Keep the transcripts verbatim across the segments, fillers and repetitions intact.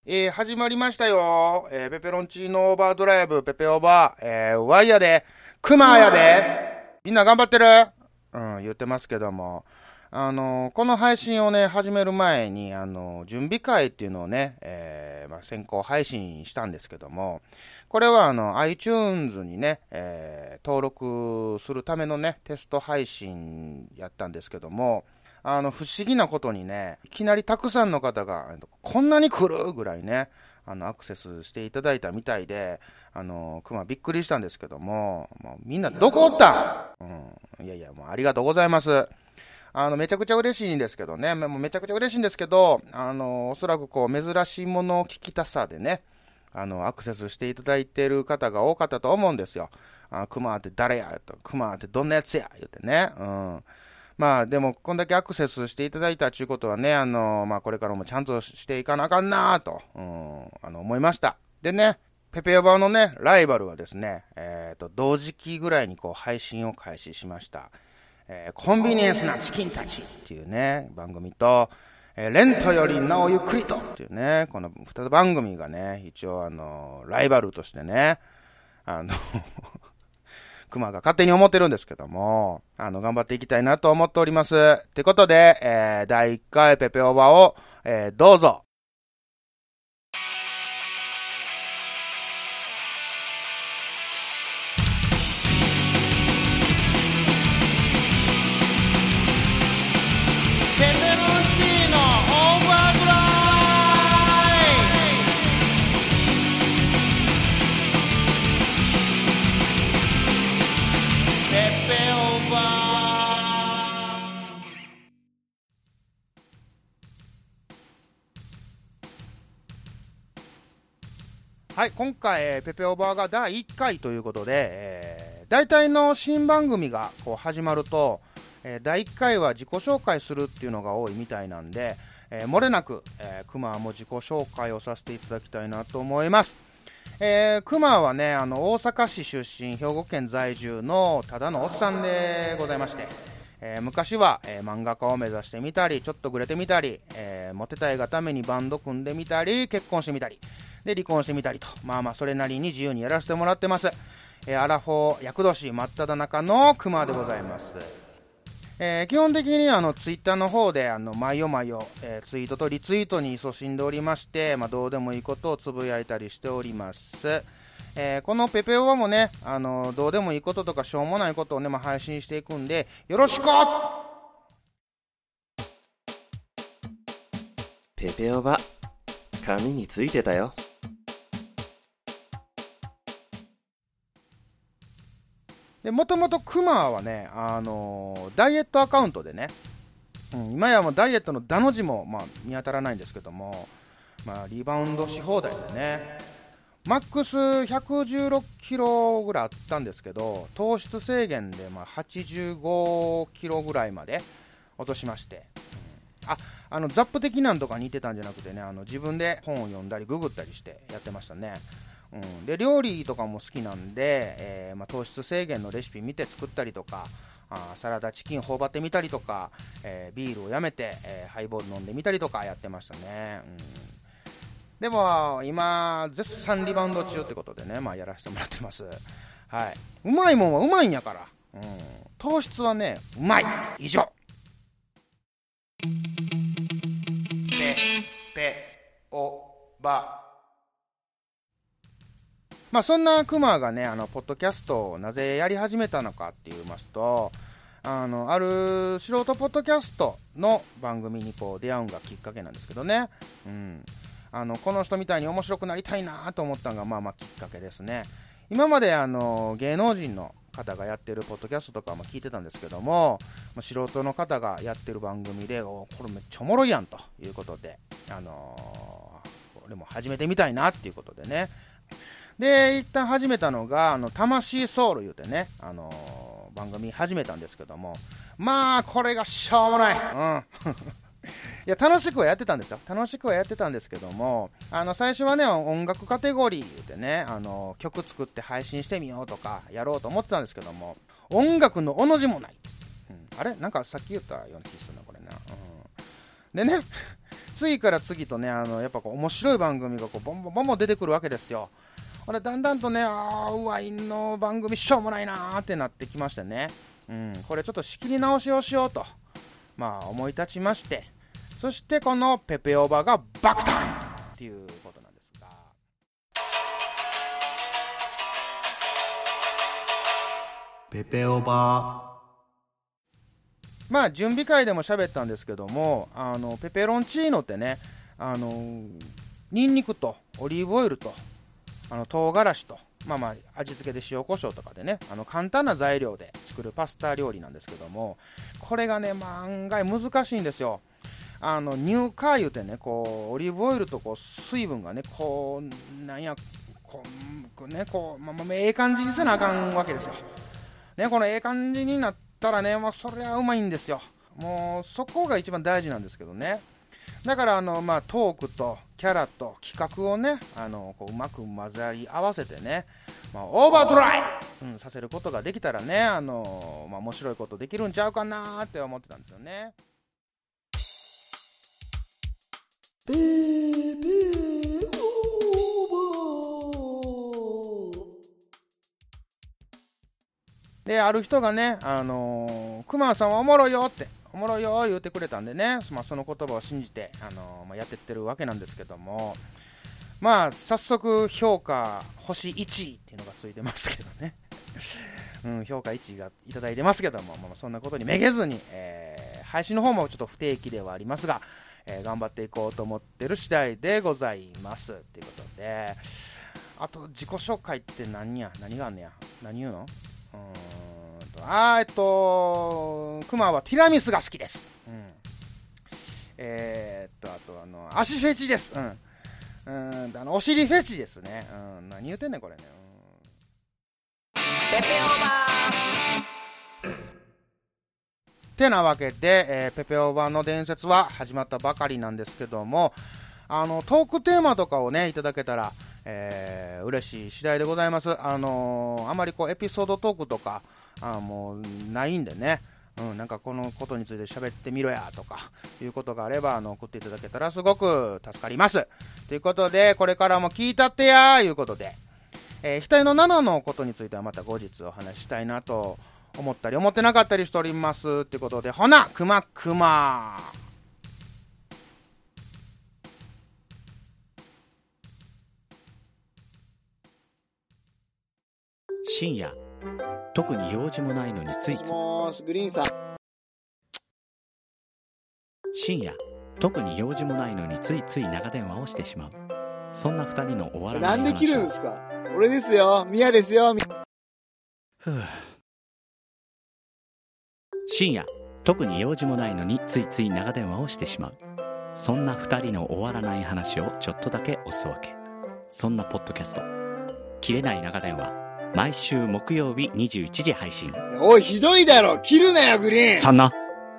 えー、始まりましたよ。えー、ペペロンチーノオーバードライブ、ペペオーバー、えー、ワイヤで、クマやで。みんな頑張ってる？うん、言ってますけども。あのーこの配信をね、始める前に、あのー準備会っていうのをね、えー、まあ、先行配信したんですけども、これはあの、iTunes にね、えー、登録するためのね、テスト配信やったんですけども、あの、不思議なことにね、いきなりたくさんの方が、こんなに来るぐらいね、あの、アクセスしていただいたみたいで、あの、熊びっくりしたんですけども、もうみんなどこおったん？うん。いやいや、もうありがとうございます。あの、めちゃくちゃ嬉しいんですけどね、もうめちゃくちゃ嬉しいんですけど、あの、おそらくこう、珍しいものを聞きたさでね、あの、アクセスしていただいている方が多かったと思うんですよ。あ、熊って誰やと、熊ってどんなやつや言ってね。うん。まあでもこんだけアクセスしていただいたということはね、あのまあこれからもちゃんとしていかなあかんなと、うん、あの思いました。でね、ペペヨバのね、ライバルはですね、えっ、と、同時期ぐらいにこう配信を開始しました。えーコンビニエンスなチキンたちっていうね、番組と、えーレントよりなおゆっくりとっていうね、この二つ番組がね、一応あの、ライバルとしてね、あの熊が勝手に思ってるんですけども、あの、頑張っていきたいなと思っております。ってことで、えー、だいいっかいペペオバを、えー、どうぞ。ペペロンチーノオーバードライペペオバはい、今回、えーペペオバーがだいいっかいということで、えー、大体の新番組がこう始まると、えーだいいっかいは自己紹介するっていうのが多いみたいなんで、えー漏れなく、えー、クマも自己紹介をさせていただきたいなと思います。えー、クマはね、あの、大阪市出身、兵庫県在住のただのおっさんでございまして、えー昔は、えー漫画家を目指してみたり、ちょっとグレてみたり、えーモテたいがためにバンド組んでみたり、結婚してみたり、で、離婚してみたりと、まあまあ、それなりに自由にやらせてもらってます。えーアラフォー、厄年、真っ只中のクマでございます。えー基本的にあのツイッターの方であの毎夜毎夜、えーツイートとリツイートに勤しんでおりまして、まあ、どうでもいいことをつぶやいたりしております。えーこのペペオバもね、あのどうでもいいこととかしょうもないことをね、まあ、配信していくんでよろしく。 ペペオバ、紙についてたよ。 でもともとクマはね、あのーダイエットアカウントでね、うん、今やもうダイエットのダの字も、まあ、見当たらないんですけども、まあ、リバウンドし放題でね、マックスひゃくじゅうろっキロぐらいあったんですけど、糖質制限でまあはちじゅうごキロぐらいまで落としまして、うん、ああのザップ的なんとか似てたんじゃなくてね、あの自分で本を読んだりググったりしてやってましたね。うん、で料理とかも好きなんで、えーまあ、糖質制限のレシピ見て作ったりとか、あサラダチキン頬張ってみたりとか、えービールをやめて、えーハイボール飲んでみたりとかやってましたね。うんでも今絶賛リバウンド中ってことでね、まあやらせてもらってます。はい。うまいもんはうまいんやから。うん。糖質はね、うまい。以上。ペペオバ。まあそんなクマがね、あのポッドキャストをなぜやり始めたのかって言いますと、あのある素人ポッドキャストの番組にこう出会うんがきっかけなんですけどね。うん。あのこの人みたいに面白くなりたいなと思ったのがまあまあきっかけですね。今まであの芸能人の方がやってるポッドキャストとかも聞いてたんですけども、まあ素人の方がやってる番組で、おこれめっちゃおもろいやんということで、あのーこれも始めてみたいなっていうことでね。で一旦始めたのがあの魂ソウル言うてね、あのー番組始めたんですけども、まあこれがしょうもない。うんいや楽しくはやってたんですよ。楽しくはやってたんですけども、あの最初はね、音楽カテゴリー言ってね、あの曲作って配信してみようとかやろうと思ってたんですけども、音楽のおの字もない、うん、あれなんかさっき言ったような気するなこれな、うん、でね次から次とね、あのやっぱこう面白い番組がこうボンボンボンボン出てくるわけですよ。俺だんだんとね、あーワインの番組しょうもないなーってなってきましてね、うん、これちょっと仕切り直しをしようと、まあ思い立ちまして、そしてこのペペオバが爆誕っていうことなんですが、 ペペオバ。 まあ準備会でも喋ったんですけども、あのペペロンチーノってね、あのニンニクとオリーブオイルとあの唐辛子と、まあまあ味付けで塩コショウとかでね、あの簡単な材料で作るパスタ料理なんですけども、これがね、まあ、案外難しいんですよ。あの乳化いうてね、こうオリーブオイルとこう水分がね、こうなんやこうね、こうまあまあええ感じにせなあかんわけですよ。ね、このええ感じになったらね、まあ、それはうまいんですよ。もうそこが一番大事なんですけどね。だからあの、まあ、トークとキャラと企画をね、あのこううまく混ざり合わせてね、まあ、オーバードライ、うん、させることができたらね、あの、まあ、面白いことできるんちゃうかなって思ってたんですよね。 ペペオーバー。 で、ある人がね、あのー、クマさんはおもろいよって、おもろいよ言ってくれたんでね、まあ、その言葉を信じて、あのーまあ、やってってるわけなんですけども、まあ、早速評価星いちっていうのがついてますけどね。うん、評価いちがいただいてますけども、まあ、そんなことにめげずに、えー、配信の方もちょっと不定期ではありますが、えー、頑張っていこうと思ってる次第でございますっていうことで、あと自己紹介って何や何があんねや何言うのうーんとあーえっとクマはティラミスが好きです、うん、えー、っとあとあの足フェチです、うん、うーんあのお尻フェチですね、うん、何言うてんねんこれね、うん、ペペオーバーてなわけで、えー、ペペオーバーの伝説は始まったばかりなんですけども、あのトークテーマとかをねいただけたら、えー、嬉しい次第でございます。あのー、あまりこうエピソードトークとかあもうないんでね、うん、なんかこのことについて喋ってみろやとかいうことがあればあの送っていただけたらすごく助かります。ということでこれからも聞いたってやーいうことで、えー、額のななのことについてはまた後日お話ししたいなと思ったり思ってなかったりしておりますということで、ほなくまくま深夜、特に用事もないのについついもしグリーンさん深夜、特に用事もないのについつい長電話をしてしまう。そんな二人の終わらない話を。 なんで切るんですか。俺ですよ、ミヤですよ。 ふう。深夜、特に用事もないのについつい長電話をしてしまう。そんな二人の終わらない話をちょっとだけおすわけ。そんなポッドキャスト切れない長電話、毎週木曜日にじゅういちじ配信。 おい、ひどいだろ、切るなよグリーン。 そんな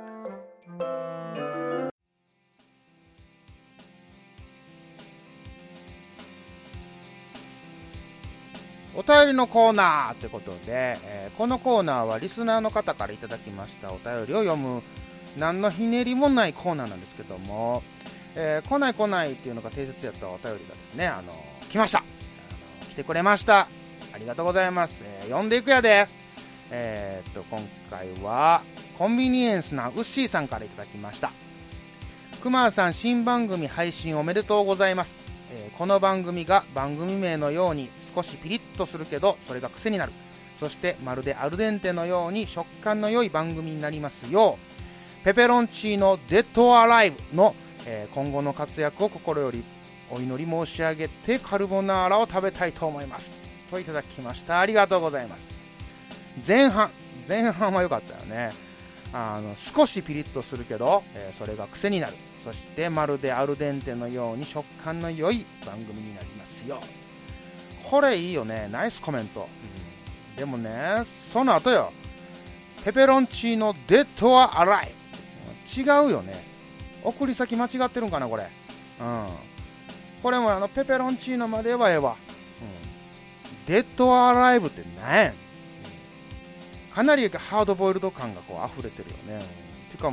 お便りのコーナーということで、えー、このコーナーはリスナーの方からいただきましたお便りを読む何のひねりもないコーナーなんですけども、えー、来ない来ないっていうのが定説やったお便りがですね、あのー、来ました。あのー、来てくれました。ありがとうございます。えー、読んでいくやで。えー、っと今回はコンビニエンスなウッシーさんからいただきました。くまさん、新番組配信おめでとうございます。えー、この番組が番組名のように少しピリッとするけどそれが癖になる、そしてまるでアルデンテのように食感の良い番組になりますよう、ペペロンチーノデッドアライブの、えー、今後の活躍を心よりお祈り申し上げてカルボナーラを食べたいと思いますといただきました。ありがとうございます。前半前半は良かったよね。あの少しピリッとするけど、えー、それが癖になる、そしてまるでアルデンテのように食感の良い番組になりますよ。これいいよね、ナイスコメント、うん、でもね、その後よ、ペペロンチーノデッドアアライブ、違うよね。送り先間違ってるんかなこれ、うん、これもあのペペロンチーノまではええわ、うん、デッドアライブって何やん、かなりハードボイルド感がこう溢れてるよね。てかもう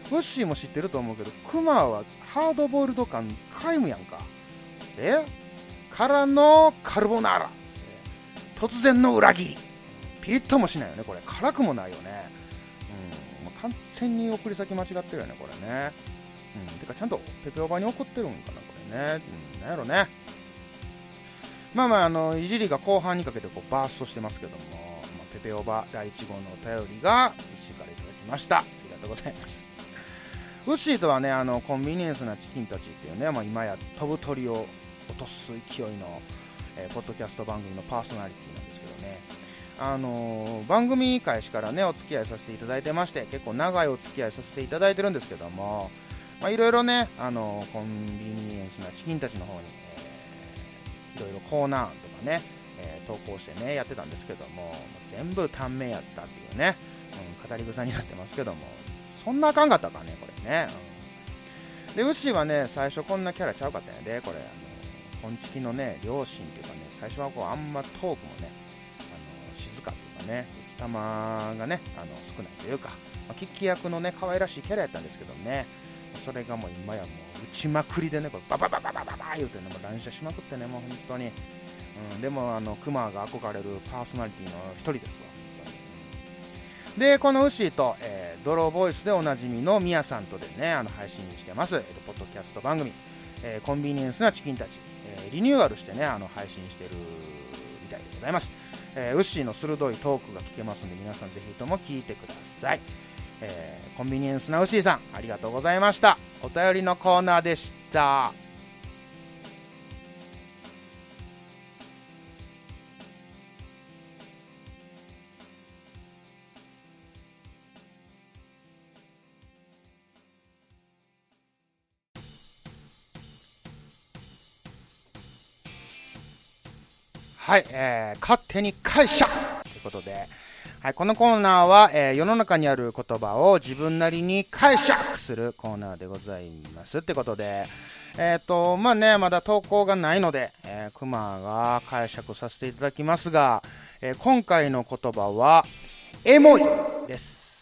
ウッシーも知ってると思うけど、クマはハードボイルド感皆無やんか。でからのカルボナーラ、突然の裏切り、ピリッともしないよねこれ、辛くもないよね。うん、まあ、完全に送り先間違ってるよねこれね。うん、てかちゃんとペペオバに送ってるんかなこれね。うん、なんやろね。まあまあ、あのいじりが後半にかけてこうバーストしてますけども、まあ、ペペオバだいいち号のお便りがウッシーからいただきました。ありがとうございます。ウッシーとはね、あのコンビニエンスなチキンたちっていうね、まあ、今や飛ぶ鳥を落とす勢いの、えー、ポッドキャスト番組のパーソナリティなんですけどね、あのー、番組開始からねお付き合いさせていただいてまして、結構長いお付き合いさせていただいてるんですけども、まあ、いろいろね、あのー、コンビニエンスなチキンたちの方に、えー、いろいろコーナーとかね、えー、投稿してねやってたんですけども、全部短命やったっていうね、うん、語り草になってますけども、そんなあかんかったかねこれね、うん、でウッシーはね最初こんなキャラちゃうかったんやで、これあのコンチキのね両親っていうかね、最初はこうあんまトークもね、あの静かっていうかね、打つ玉がねあの少ないというか、まあ、聞き役のね可愛らしいキャラやったんですけどね、それがもう今やもう打ちまくりでね、これバババババババ言うてね、もう乱射しまくってね、もう本当に、うん、でもあのクマが憧れるパーソナリティの一人ですわ。でこのウッシーと、えー、ドローボイスでおなじみのミヤさんとでねあの配信してます、えー、とポッドキャスト番組、えー、コンビニエンスなチキンたち、えー、リニューアルしてねあの配信してるみたいでございます。えー、ウッシーの鋭いトークが聞けますので、皆さんぜひとも聞いてください。えー、コンビニエンスなウッシーさんありがとうございました。お便りのコーナーでした。はい、えー、勝手に解釈ということで、はい、このコーナーは、えー、世の中にある言葉を自分なりに解釈するコーナーでございますってことで、えっとまあねまだ投稿がないので、えー、クマが解釈させていただきますが、えー、今回の言葉はエモいです。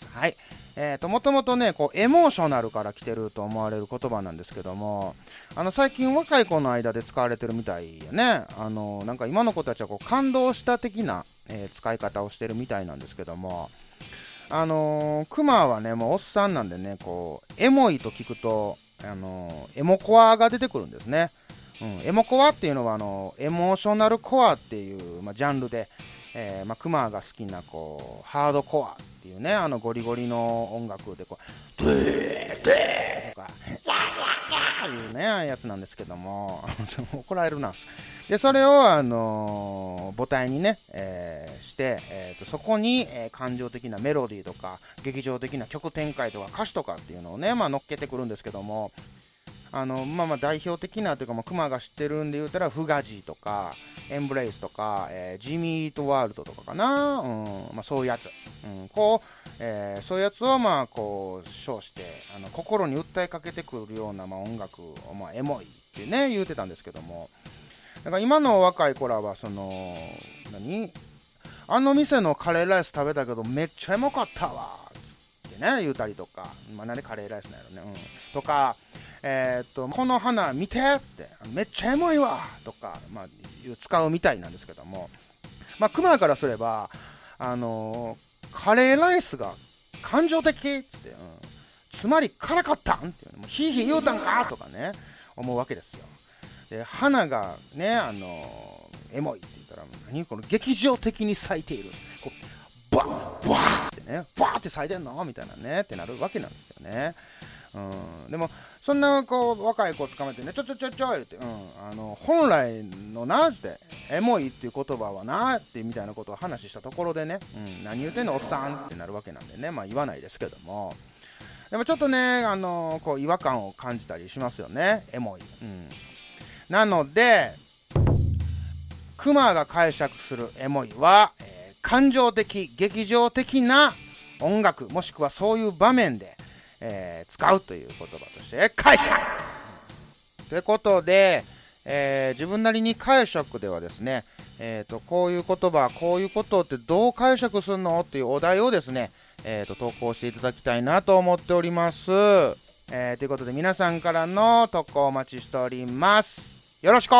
はい、えーともともとねこうエモーショナルから来てると思われる言葉なんですけども、あの最近若い子の間で使われてるみたいよね。あのなんか今の子たちはこう感動した的な、えー、使い方をしてるみたいなんですけども、あのー、クマはねもうおっさんなんでね、こうエモいと聞くと、あのー、エモコアが出てくるんですね。うん、エモコアっていうのはあのエモーショナルコアっていう、まあ、ジャンルで、えーまあ、クマが好きなこうハードコアっていうね、あのゴリゴリの音楽でこうドゥードゥーとかヤーヤーヤーいうねやつなんですけども怒られるな。でそれをあのー、母体にね、えー、して、えー、とそこに、えー、感情的なメロディーとか劇場的な曲展開とか歌詞とかっていうのをね、まあ、乗っけてくるんですけども、あのまあまあ代表的なというか、まあ、クマが知ってるんで言うたらフガジーとかエンブレイスとか、えー、ジミートワールドとかかな、うんまあ、そういうやつ、うん、こう、えー、そういうやつをまあこう称して、あの心に訴えかけてくるような、まあ、音楽を、まあ、エモいってね言うてたんですけども、だから今の若い子らはその何あの店のカレーライス食べたけどめっちゃエモかったわってね言うたりとか、まあ、なんでカレーライスなんやろね、うん、とかえー、っとこの花見てってめっちゃエモいわとか、まあ、使うみたいなんですけども、まあ、クマからすれば、あのー、カレーライスが感情的って、うん、つまり辛かったんっていうのもヒーヒー言うたんかとかね思うわけですよ。で花がね、あのー、エモいって言ったら何この劇場的に咲いている、こうバッバーってねバーって咲いてんのみたいなねってなるわけなんですよね。うん、でもそんなこう若い子をつかめてねちょちょちょちょいって、うん、あの本来のなってエモいっていう言葉はなってみたいなことを話したところでね、うん、何言うてんのおっさんってなるわけなんでね、まあ言わないですけども、でもちょっとね、あのこう違和感を感じたりしますよね、エモい、うん、なのでクマが解釈するエモいは、えー、感情的劇場的な音楽もしくはそういう場面でえー、使うという言葉として解釈ということで、えー、自分なりに解釈ではですね、えーと、こういう言葉こういうことってどう解釈するのっていうお題をですね、 えーと、投稿していただきたいなと思っております。えー、ということで皆さんからの投稿お待ちしております。よろしく。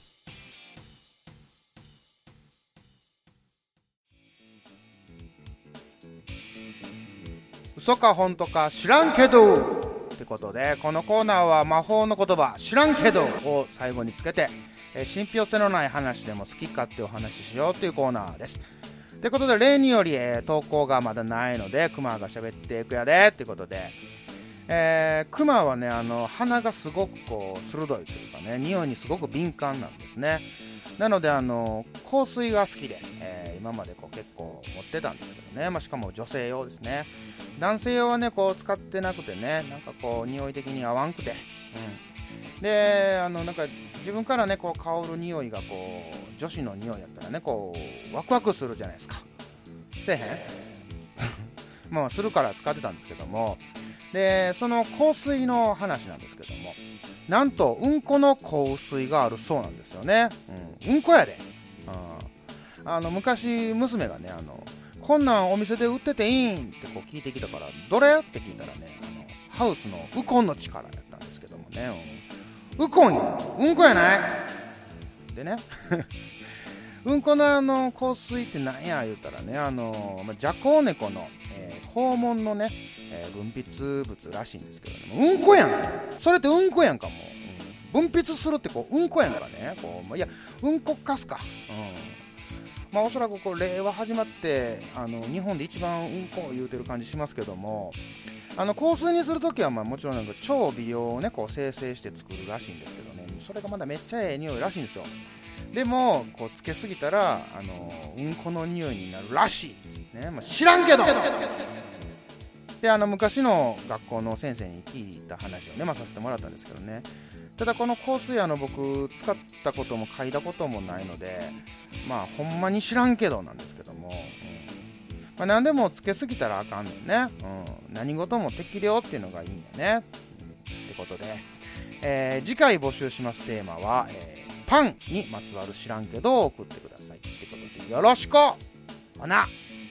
嘘か本当か知らんけどってことで、このコーナーは魔法の言葉知らんけどを最後につけて、えー、信憑性のない話でも好き勝手お話ししようというコーナーです。ということで、例により、えー、投稿がまだないのでクマが喋っていくやでってことで、えー、クマはね、あの鼻がすごくこう鋭いというかね、匂いにすごく敏感なんですね。なのであの香水が好きで、えー、今までこう結構持ってたんですけどね、まあ、しかも女性用ですね。男性用はねこう使ってなくてね、なんかこう匂い的に合わんくて、うん、であのなんか自分からねこう香る匂いがこう女子の匂いやったらねこうワクワクするじゃないですか。せえへんまあするから使ってたんですけども、でその香水の話なんですけども、なんとうんこの香水があるそうなんですよね。うん、うんこやで、うん、あの昔娘がね、あのこんなんお店で売ってていいんってこう聞いてきたから、どれって聞いたらね、あのハウスのウコンの力やったんですけどもね、うん、ウコンやうんこやないでねうんこのあの香水ってなんや言うたらね、あの、まあ、ジャコウネコの、えー、肛門のね、えー、分泌物らしいんですけどね、うんこやんそれってうんこやんかもう、うん、分泌するってこううんこやんからね、こう、まあ、いやうんこかすか、うんまあ、おそらくこう令和始まってあの日本で一番うんこを言うてる感じしますけども、あの香水にするときはまあもちろんなんか超微量をねこう生成して作るらしいんですけどね、それがまだめっちゃええ匂いらしいんですよ。でもこうつけすぎたらあのうんこの匂いになるらしい、ねまあ、知らんけどで、あの昔の学校の先生に聞いた話をね、まあ、させてもらったんですけどね、ただこの香水あの僕使ったことも嗅いだこともないので、まあほんまに知らんけどなんですけども、うんまあ、何でもつけすぎたらあかんねんね、うん、何事も適量っていうのがいいんだね、ってことで、えー、次回募集しますテーマは、えー、パンにまつわる知らんけどを送ってくださいってことで、よろしくおな。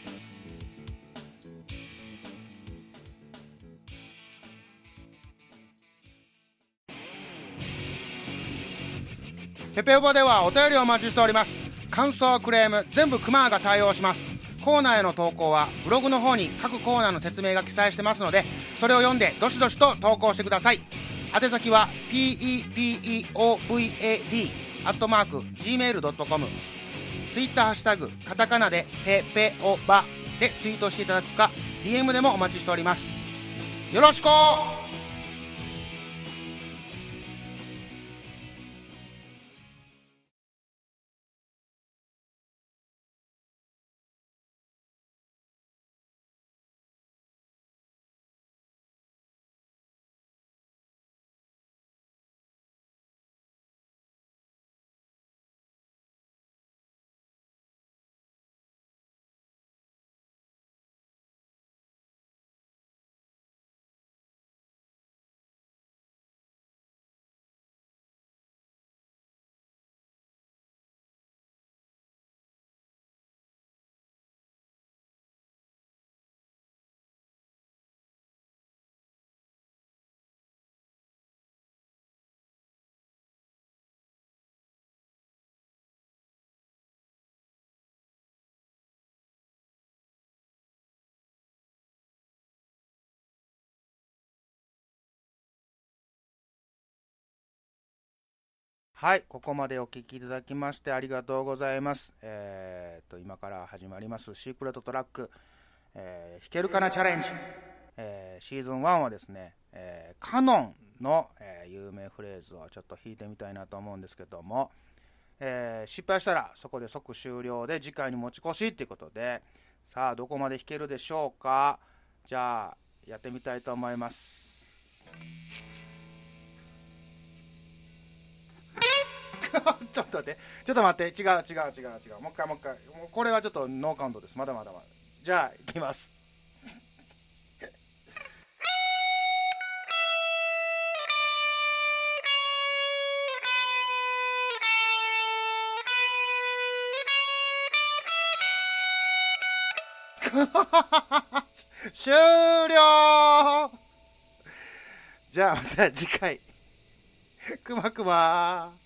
ペペオバではお便りをお待ちしております。感想クレーム全部クマが対応します。コーナーへの投稿はブログの方に各コーナーの説明が記載してますので、それを読んでどしどしと投稿してください。宛先は ペペオバ アットマーク ジーメールドットコム、 ツイッターハッシュタグカタカナでペペオバでツイートしていただくか ディーエム でもお待ちしております。よろしく。はい、ここまでお聞きいただきましてありがとうございます。えー、と今から始まりますシークレットトラック、えー、弾けるかなチャレンジ、えー、シーズンワンはですね、えー、カノンの、えー、有名フレーズをちょっと弾いてみたいなと思うんですけども、えー、失敗したらそこで即終了で次回に持ち越しっていうことで、さあどこまで弾けるでしょうか。じゃあやってみたいと思います。ちょっと待ってちょっと待って違う違う違う違うもう一回もう一回、もうこれはちょっとノーカウントです。まだまだまだ。じゃあいきます。 終了。じゃあまた次回。くまくま。